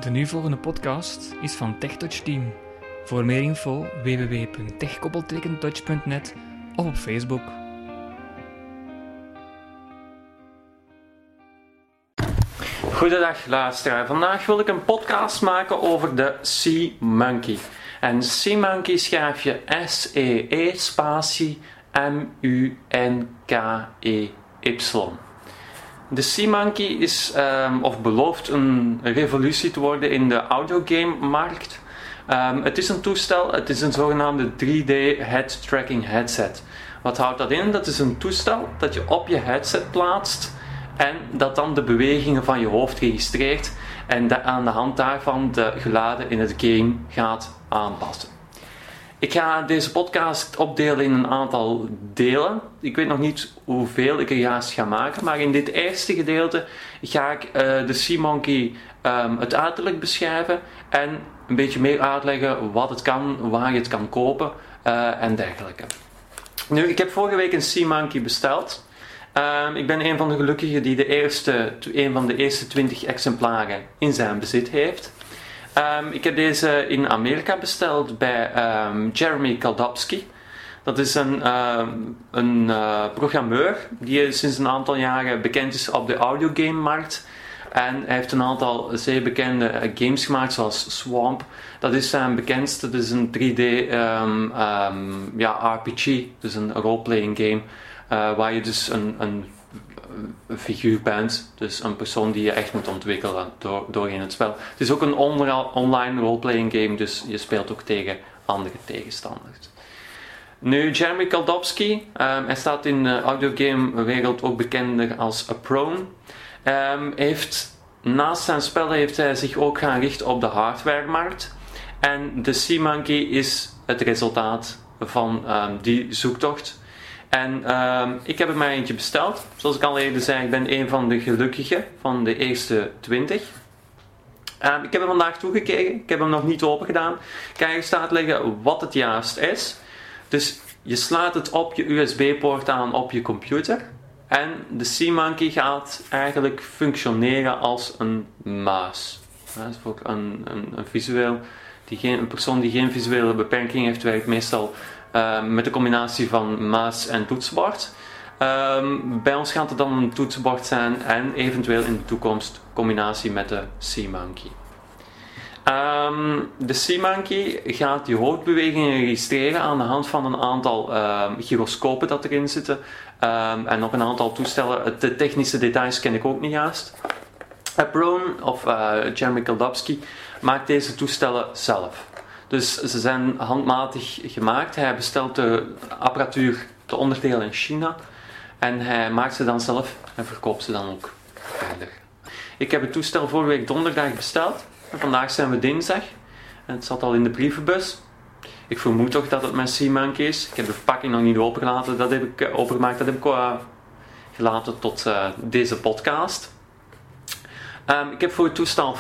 De nu volgende podcast is van TechTouch Team. Voor meer info www.tech-touch.net of op Facebook. Goedendag luisteraar. Vandaag wil ik een podcast maken over de SeaMonkey. En SeaMonkey schrijf je S-E-E spatie M-U-N-K-E-Y. De SeaMonkey is of belooft een revolutie te worden in de audiogame-markt. Het is een toestel, het is een zogenaamde 3D head tracking headset. Wat houdt dat in? Dat is een toestel dat je op je headset plaatst en dat dan de bewegingen van je hoofd registreert en aan de hand daarvan de geluiden in het game gaat aanpassen. Ik ga deze podcast opdelen in een aantal delen. Ik weet nog niet hoeveel ik er juist ga maken, maar in dit eerste gedeelte ga ik de SeaMonkey het uiterlijk beschrijven en een beetje meer uitleggen wat het kan, waar je het kan kopen en dergelijke. Nu, ik heb vorige week een SeaMonkey besteld. Ik ben een van de gelukkigen die een van de eerste 20 exemplaren in zijn bezit heeft. Ik heb deze in Amerika besteld bij Jeremy Kaldowski. Dat is een programmeur die sinds een aantal jaren bekend is op de audiogamemarkt. En hij heeft een aantal zeer bekende games gemaakt, zoals Swamp. Dat is zijn bekendste. Dat is een 3D RPG, dus een roleplaying game. Waar je dus een figuur bent, dus een persoon die je echt moet ontwikkelen doorheen het spel. Het is ook een online roleplaying game, dus je speelt ook tegen andere tegenstanders. Nu, Jeremy Kaldowski, hij staat in de audiogame wereld ook bekender als Prone. Naast zijn spellen heeft hij zich ook gaan richten op de hardwaremarkt. En de SeaMonkey is het resultaat van die zoektocht. En ik heb er maar eentje besteld. Zoals ik al eerder zei, ik ben een van de gelukkigen van de eerste 20. Ik heb hem vandaag toegekeken. Ik heb hem nog niet open gedaan. Ik ga eerst uitleggen wat het juist is. Dus je slaat het op je USB-poort aan op je computer. En de SeaMonkey gaat eigenlijk functioneren als een muis. Dus voor een persoon die geen visuele beperking heeft, werkt meestal met een combinatie van muis en toetsenbord. Bij ons gaat het dan een toetsenbord zijn en eventueel in de toekomst combinatie met de SeaMonkey. De SeaMonkey gaat je hoofdbewegingen registreren aan de hand van een aantal gyroscopen dat erin zitten en nog een aantal toestellen. De technische details ken ik ook niet juist. Prone of Jeremy Kaldowski maakt deze toestellen zelf. Dus ze zijn handmatig gemaakt. Hij bestelt de apparatuur, de onderdelen in China. En hij maakt ze dan zelf en verkoopt ze dan ook verder. Ik heb het toestel vorige week donderdag besteld. En vandaag zijn we dinsdag. En het zat al in de brievenbus. Ik vermoed toch dat het mijn SeaMonkey is. Ik heb de verpakking nog niet opengemaakt. Dat heb ik gelaten tot deze podcast. Ik heb voor het toestel $50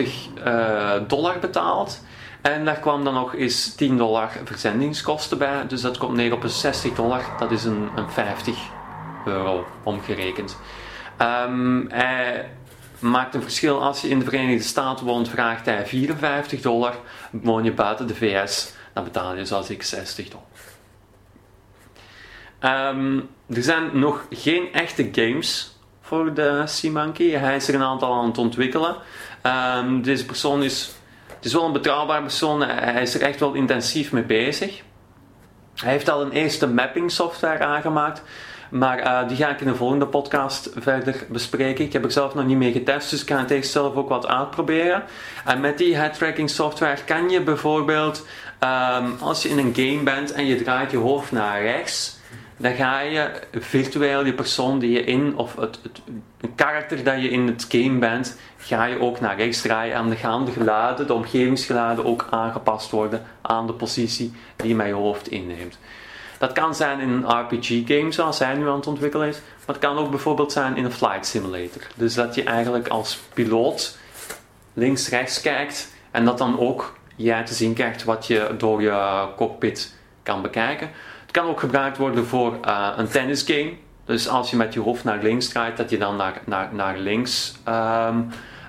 betaald. En daar kwam dan nog eens $10 verzendingskosten bij. Dus dat komt neer op een $60. Dat is een €50 omgerekend. Hij maakt een verschil. Als je in de Verenigde Staten woont, vraagt hij $54. Woon je buiten de VS, dan betaal je zoals ik $60. Er zijn nog geen echte games voor de SeaMonkey. Hij is er een aantal aan het ontwikkelen. Deze persoon is... Het is wel een betrouwbaar persoon, hij is er echt wel intensief mee bezig. Hij heeft al een eerste mapping software aangemaakt, maar die ga ik in de volgende podcast verder bespreken. Ik heb er zelf nog niet mee getest, dus ik ga het eerst zelf ook wat uitproberen. En met die head tracking software kan je bijvoorbeeld, als je in een game bent en je draait je hoofd naar rechts, dan ga je virtueel je persoon die je in, of een karakter dat je in het game bent, ga je ook naar rechts draaien en dan gaan de geluiden, de omgevingsgeluiden ook aangepast worden aan de positie die je met je hoofd inneemt. Dat kan zijn in een RPG-game zoals hij nu aan het ontwikkelen is, maar het kan ook bijvoorbeeld zijn in een flight simulator. Dus dat je eigenlijk als piloot links-rechts kijkt en dat dan ook jij te zien krijgt wat je door je cockpit kan bekijken. Het kan ook gebruikt worden voor een tennisgame. Dus als je met je hoofd naar links draait, dat je dan naar links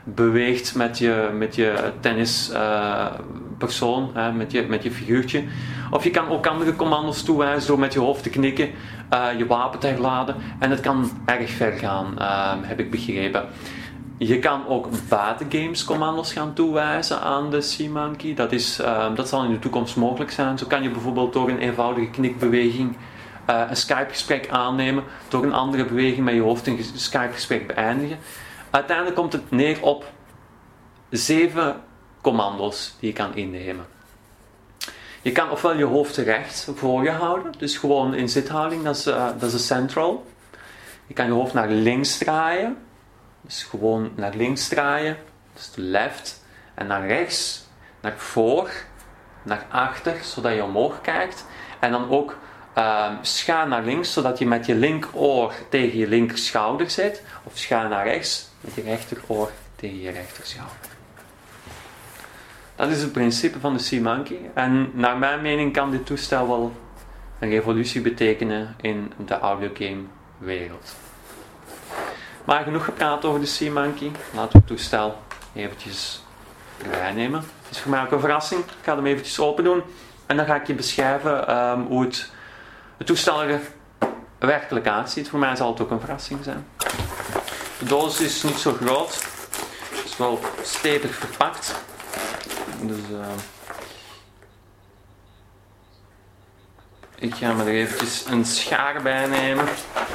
beweegt met je tennispersoon, met je figuurtje. Of je kan ook andere commando's toewijzen door met je hoofd te knikken, je wapen te herladen. En het kan erg ver gaan, heb ik begrepen. Je kan ook buiten games commando's gaan toewijzen aan de SeaMonkey. Dat zal in de toekomst mogelijk zijn. Zo kan je bijvoorbeeld door een eenvoudige knikbeweging een Skype-gesprek aannemen. Door een andere beweging met je hoofd een Skype-gesprek beëindigen. Uiteindelijk komt het neer op 7 commando's die je kan innemen. Je kan ofwel je hoofd recht voor je houden, dus gewoon in zithouding, dat is de central. Je kan je hoofd naar links draaien, dus gewoon naar links draaien, dat is de left. En naar rechts, naar voor, naar achter, zodat je omhoog kijkt. En dan ook schuin naar links, zodat je met je linkeroor tegen je linkerschouder zit. Of schuin naar rechts, met je rechteroor tegen je rechterschouder. Dat is het principe van de SeaMonkey. En naar mijn mening kan dit toestel wel een revolutie betekenen in de audiogame wereld. Maar genoeg gepraat over de SeaMonkey. Laten we het toestel eventjes erbij nemen. Het is voor mij ook een verrassing. Ik ga hem eventjes open doen. En dan ga ik je beschrijven hoe het toestel er werkelijk uitziet. Voor mij zal het ook een verrassing zijn. De doos is niet zo groot. Het is wel stevig verpakt. Dus ik ga me er eventjes een schaar bij nemen.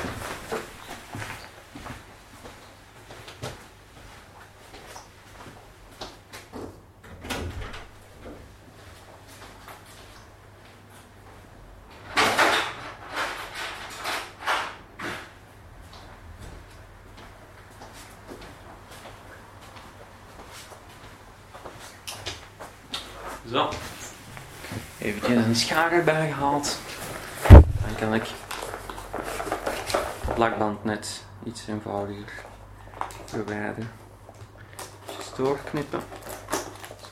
Zo, eventjes een schaar erbij gehaald. Dan kan ik het plakband net iets eenvoudiger verwijderen. Even doorknippen. Zo.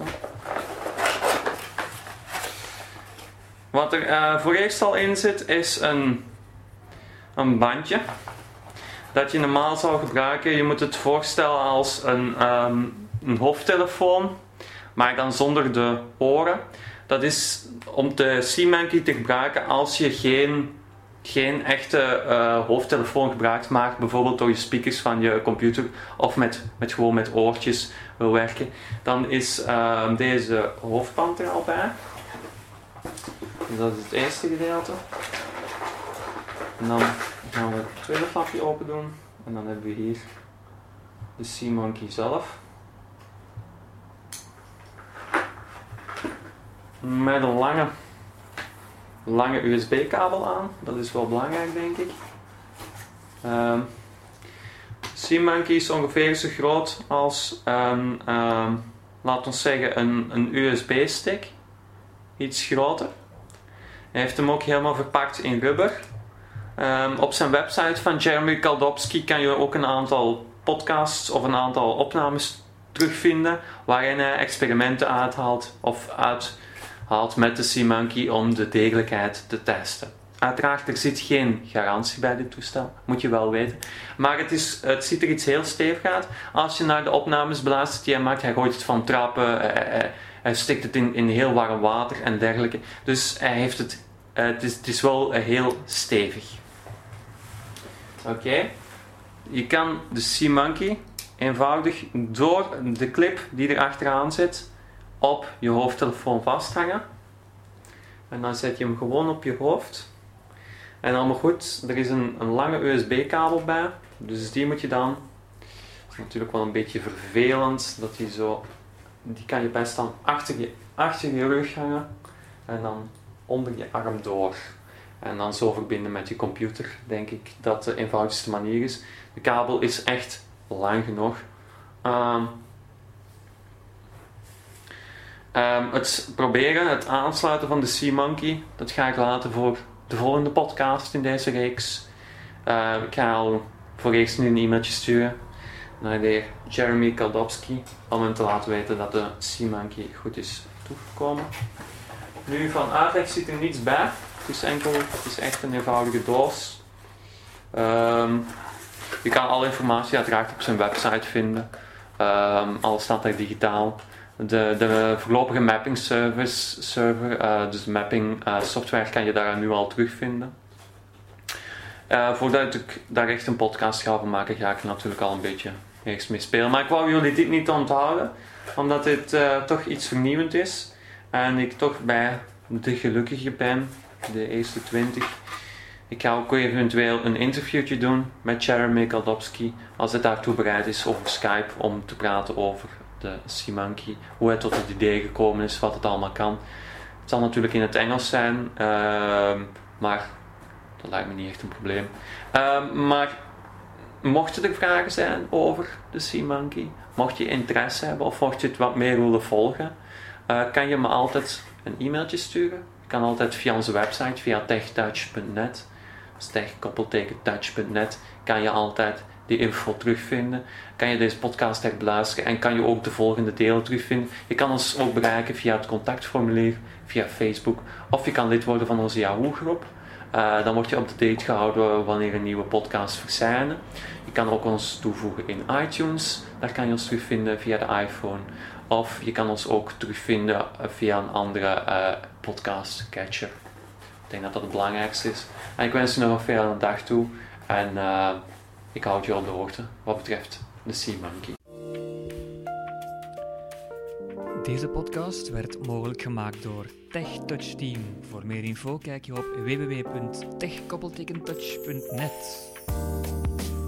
Wat er voor eerst al in zit is een bandje dat je normaal zou gebruiken. Je moet het voorstellen als een hoofdtelefoon, maar dan zonder de oren. Dat is om de SeaMonkey te gebruiken als je geen echte hoofdtelefoon gebruikt maakt, bijvoorbeeld door je speakers van je computer of gewoon met oortjes wil werken. Dan is deze hoofdband er al bij. Dus dat is het eerste gedeelte. En dan gaan we het tweede flapje open doen. En dan hebben we hier de SeaMonkey zelf. Met een lange USB-kabel aan. Dat is wel belangrijk, denk ik. SeaMonkey is ongeveer zo groot als laten we zeggen een USB-stick. Iets groter. Hij heeft hem ook helemaal verpakt in rubber. Op zijn website van Jeremy Kaldowski kan je ook een aantal podcasts of een aantal opnames terugvinden waarin hij experimenten uithaalt met de SeaMonkey om de degelijkheid te testen. Uiteraard, er zit geen garantie bij dit toestel, moet je wel weten. Maar het ziet er iets heel stevig uit. Als je naar de opnames beluistert die hij maakt, hij gooit het van trappen, hij stikt het in heel warm water en dergelijke. Dus hij heeft het is wel heel stevig. Oké. Je kan de SeaMonkey eenvoudig door de clip die er achteraan zit op je hoofdtelefoon vasthangen. En dan zet je hem gewoon op je hoofd. En allemaal goed, er is een lange USB-kabel bij. Dus die moet je dan... Dat is natuurlijk wel een beetje vervelend. Die kan je best dan achter je rug hangen. En dan onder je arm door. En dan zo verbinden met je computer. Denk ik dat de eenvoudigste manier is. De kabel is echt lang genoeg. Het aansluiten van de SeaMonkey, dat ga ik laten voor de volgende podcast in deze reeks. Ik ga al voor eerst nu een e-mailtje sturen naar de heer Jeremy Kaldowski om hem te laten weten dat de SeaMonkey goed is toegekomen. Nu, van uitleg zit er niets bij. Het is echt een eenvoudige doos. Je kan alle informatie uiteraard op zijn website vinden. Alles staat daar digitaal. De voorlopige mapping server, dus de mapping software, kan je daar nu al terugvinden. Voordat ik daar echt een podcast ga van maken, ga ik natuurlijk al een beetje ergens mee spelen. Maar ik wou jullie dit niet onthouden, omdat dit toch iets vernieuwend is. En ik toch bij de gelukkige ben, de eerste 20. Ik ga ook eventueel een interviewtje doen met Jeremy Kaldowski, als het daartoe bereid is, over Skype, om te praten over de SeaMonkey, hoe hij tot het idee gekomen is, wat het allemaal kan. Het zal natuurlijk in het Engels zijn, maar dat lijkt me niet echt een probleem. Maar mochten er vragen zijn over de SeaMonkey, mocht je interesse hebben of mocht je het wat meer willen volgen, kan je me altijd een e-mailtje sturen. Je kan altijd via onze website, via techtouch.net, dus tech-touch.net, kan je altijd die info terugvinden. Kan je deze podcast herbeluisteren en kan je ook de volgende delen terugvinden. Je kan ons ook bereiken via het contactformulier, via Facebook, of je kan lid worden van onze Yahoo groep. Dan word je up-to-date gehouden wanneer een nieuwe podcast verschijnen. Je kan ook ons toevoegen in iTunes, daar kan je ons terugvinden via de iPhone. Of je kan ons ook terugvinden via een andere podcastcatcher. Ik denk dat dat het belangrijkste is. En ik wens je nog een fijne dag toe. En ik houd je op de hoogte wat betreft de SeaMonkey. Deze podcast werd mogelijk gemaakt door TechTouch Team. Voor meer info kijk je op www.tech-touch.net.